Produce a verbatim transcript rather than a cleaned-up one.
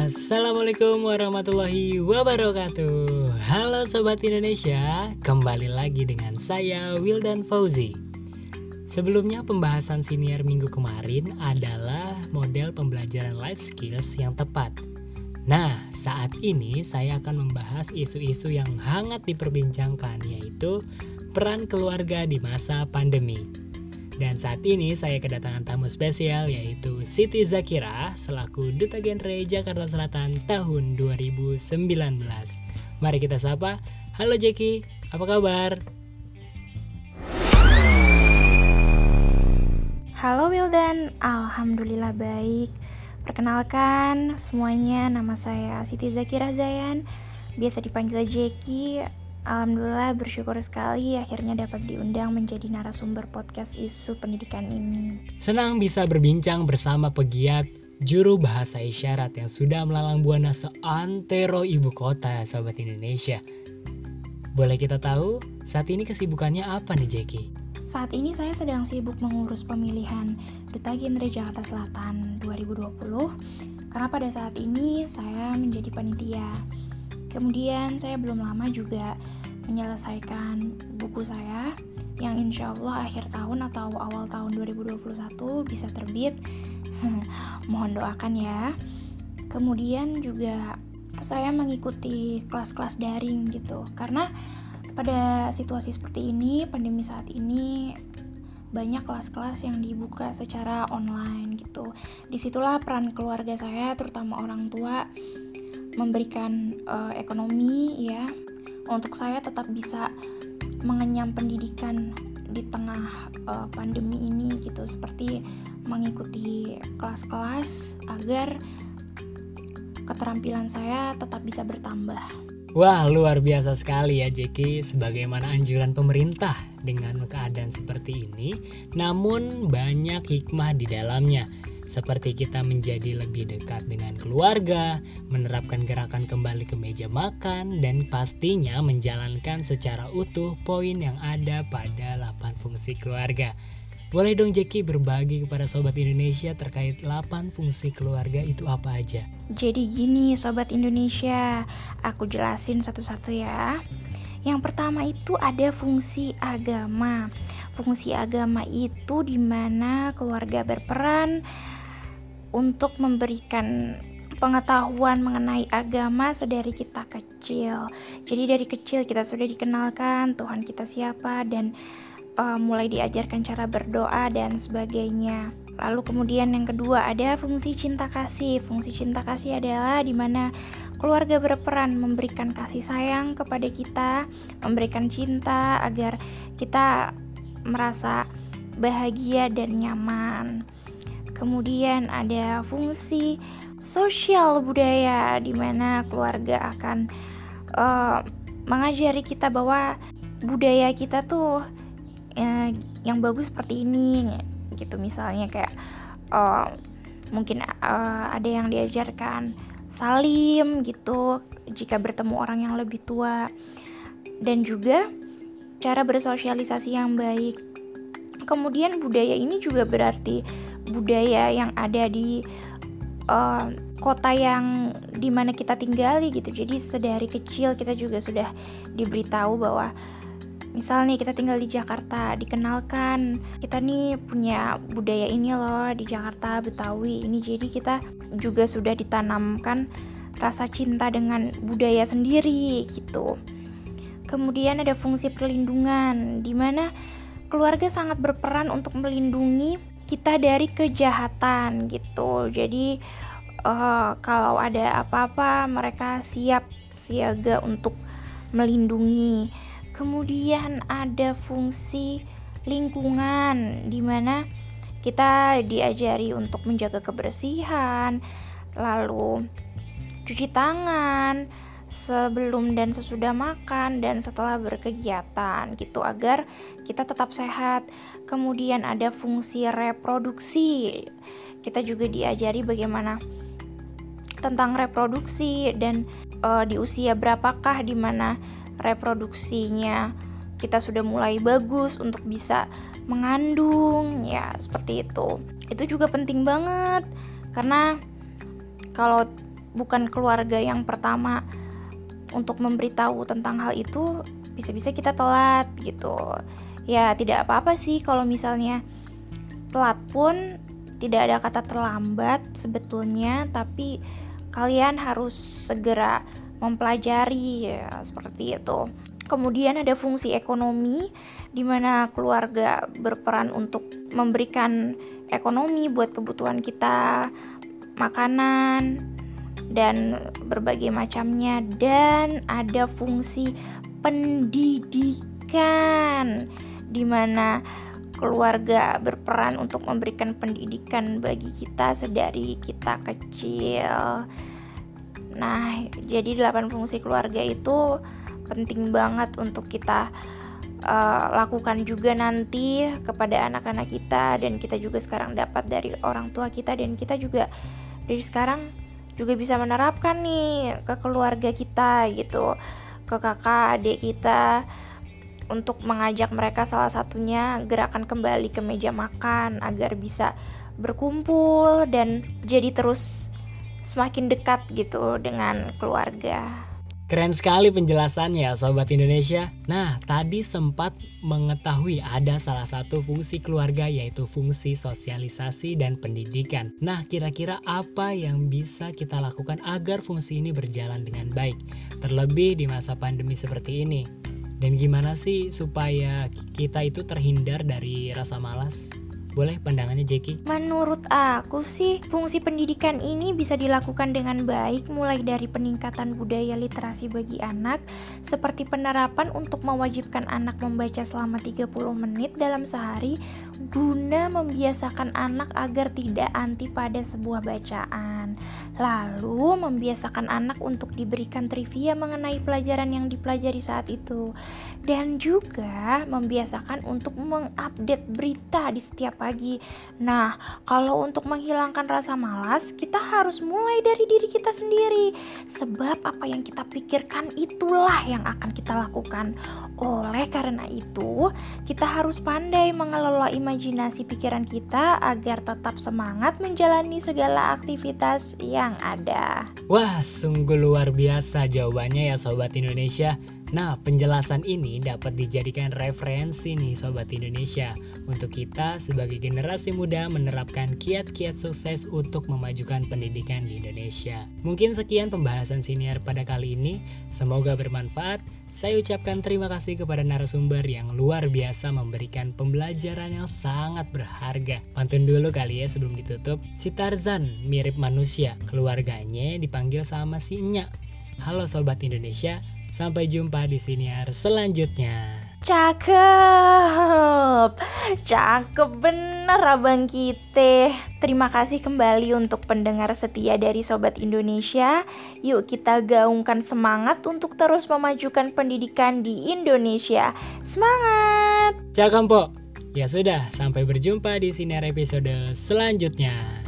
Assalamualaikum warahmatullahi wabarakatuh. Halo Sobat Indonesia, kembali lagi dengan saya Wildan Fauzi. Sebelumnya pembahasan siniar minggu kemarin adalah model pembelajaran life skills yang tepat. Nah, saat ini saya akan membahas isu-isu yang hangat diperbincangkan, yaitu peran keluarga di masa pandemi. Dan saat ini saya kedatangan tamu spesial, yaitu Siti Zakira selaku Duta Genre Jakarta Selatan tahun dua ribu sembilan belas. Mari kita sapa. Halo Jeki, apa kabar? Halo Wildan, alhamdulillah baik. Perkenalkan semuanya, nama saya Siti Zakira Zayan, biasa dipanggil Jeki. Alhamdulillah bersyukur sekali akhirnya dapat diundang menjadi narasumber podcast isu pendidikan ini. Senang bisa berbincang bersama pegiat juru bahasa isyarat yang sudah melalang buana seantero ibu kota, Sobat Indonesia. Boleh kita tahu saat ini kesibukannya apa nih Jeki? Saat ini saya sedang sibuk mengurus pemilihan Duta Genre Jakarta Selatan dua ribu dua puluh karena pada saat ini saya menjadi panitia. Kemudian saya belum lama juga menyelesaikan buku saya yang insya Allah akhir tahun atau awal tahun dua ribu dua puluh satu bisa terbit. Mohon doakan ya. Kemudian juga saya mengikuti kelas-kelas daring gitu. Karena pada situasi seperti ini, pandemi saat ini, banyak kelas-kelas yang dibuka secara online gitu. Disitulah peran keluarga saya, terutama orang tua, memberikan uh, ekonomi ya untuk saya tetap bisa mengenyam pendidikan di tengah uh, pandemi ini gitu, seperti mengikuti kelas-kelas agar keterampilan saya tetap bisa bertambah. Wah, luar biasa sekali ya Jeki, sebagaimana anjuran pemerintah dengan keadaan seperti ini, namun banyak hikmah di dalamnya. Seperti kita menjadi lebih dekat dengan keluarga, menerapkan gerakan kembali ke meja makan, dan pastinya menjalankan secara utuh poin yang ada pada delapan fungsi keluarga. Boleh dong Jeki berbagi kepada Sobat Indonesia terkait delapan fungsi keluarga itu apa aja? Jadi gini Sobat Indonesia, aku jelasin satu-satu ya. Yang pertama itu ada fungsi agama. Fungsi agama itu di mana keluarga berperan untuk memberikan pengetahuan mengenai agama sedari kita kecil. Jadi dari kecil kita sudah dikenalkan Tuhan kita siapa dan uh, mulai diajarkan cara berdoa dan sebagainya. Lalu kemudian yang kedua ada fungsi cinta kasih. Fungsi cinta kasih adalah di mana keluarga berperan memberikan kasih sayang kepada kita, memberikan cinta agar kita merasa bahagia dan nyaman. Kemudian ada fungsi sosial budaya di mana keluarga akan uh, mengajari kita bahwa budaya kita tuh uh, yang bagus seperti ini gitu. Misalnya kayak uh, mungkin uh, ada yang diajarkan salim gitu jika bertemu orang yang lebih tua, dan juga cara bersosialisasi yang baik. Kemudian budaya ini juga berarti budaya yang ada di uh, kota yang dimana kita tinggali gitu. Jadi sedari kecil kita juga sudah diberitahu bahwa misalnya kita tinggal di Jakarta, dikenalkan kita nih punya budaya ini loh di Jakarta, Betawi ini. Jadi kita juga sudah ditanamkan rasa cinta dengan budaya sendiri gitu. Kemudian ada fungsi perlindungan di mana keluarga sangat berperan untuk melindungi kita dari kejahatan gitu. Jadi uh, kalau ada apa-apa mereka siap siaga untuk melindungi. Kemudian ada fungsi lingkungan di mana kita diajari untuk menjaga kebersihan, lalu cuci tangan sebelum dan sesudah makan dan setelah berkegiatan gitu agar kita tetap sehat. Kemudian ada fungsi reproduksi. Kita juga diajari bagaimana tentang reproduksi dan e, di usia berapakah di mana reproduksinya kita sudah mulai bagus untuk bisa mengandung ya, seperti itu. Itu juga penting banget karena kalau bukan keluarga yang pertama untuk memberitahu tentang hal itu, bisa-bisa kita telat gitu. Ya tidak apa-apa sih kalau misalnya telat pun, tidak ada kata terlambat sebetulnya, tapi kalian harus segera mempelajari ya, seperti itu. Kemudian ada fungsi ekonomi, di mana keluarga berperan untuk memberikan ekonomi buat kebutuhan kita, makanan, dan berbagai macamnya. Dan ada fungsi pendidikan, di mana keluarga berperan untuk memberikan pendidikan bagi kita sedari kita kecil. Nah, jadi delapan fungsi keluarga itu penting banget untuk kita uh, lakukan juga nanti kepada anak-anak kita, dan kita juga sekarang dapat dari orang tua kita, dan kita juga dari sekarang juga bisa menerapkan nih ke keluarga kita gitu, ke kakak adik kita, untuk mengajak mereka salah satunya gerakan kembali ke meja makan agar bisa berkumpul dan jadi terus semakin dekat gitu dengan keluarga. Keren sekali penjelasannya Sobat Indonesia. Nah, tadi sempat mengetahui ada salah satu fungsi keluarga, yaitu fungsi sosialisasi dan pendidikan. Nah, kira-kira apa yang bisa kita lakukan agar fungsi ini berjalan dengan baik, terlebih di masa pandemi seperti ini? Dan gimana sih supaya kita itu terhindar dari rasa malas? Boleh pandangannya Jeki? Menurut aku sih, fungsi pendidikan ini bisa dilakukan dengan baik mulai dari peningkatan budaya literasi bagi anak, seperti penerapan untuk mewajibkan anak membaca selama tiga puluh menit dalam sehari, guna membiasakan anak agar tidak anti pada sebuah bacaan. Lalu membiasakan anak untuk diberikan trivia mengenai pelajaran yang dipelajari saat itu. Dan juga membiasakan untuk mengupdate berita di setiap pagi. Nah, kalau untuk menghilangkan rasa malas, kita harus mulai dari diri kita sendiri. Sebab apa yang kita pikirkan itulah yang akan kita lakukan. Oleh karena itu, kita harus pandai mengelola imajinasi pikiran kita agar tetap semangat menjalani segala aktivitas yang ada. Wah, sungguh luar biasa jawabannya ya Sobat Indonesia. Nah, penjelasan ini dapat dijadikan referensi nih Sobat Indonesia untuk kita sebagai generasi muda menerapkan kiat-kiat sukses untuk memajukan pendidikan di Indonesia. Mungkin sekian pembahasan siniar pada kali ini, semoga bermanfaat. Saya ucapkan terima kasih kepada narasumber yang luar biasa memberikan pembelajaran yang sangat berharga. Pantun dulu kali ya sebelum ditutup. Si Tarzan mirip manusia, keluarganya dipanggil sama si Nya. Halo Sobat Indonesia, sampai jumpa di siniar selanjutnya. Cakep, cakep bener abang kita. Terima kasih kembali untuk pendengar setia dari Sobat Indonesia. Yuk kita gaungkan semangat untuk terus memajukan pendidikan di Indonesia. Semangat! Cakep, Po. Ya sudah, sampai berjumpa di siniar episode selanjutnya.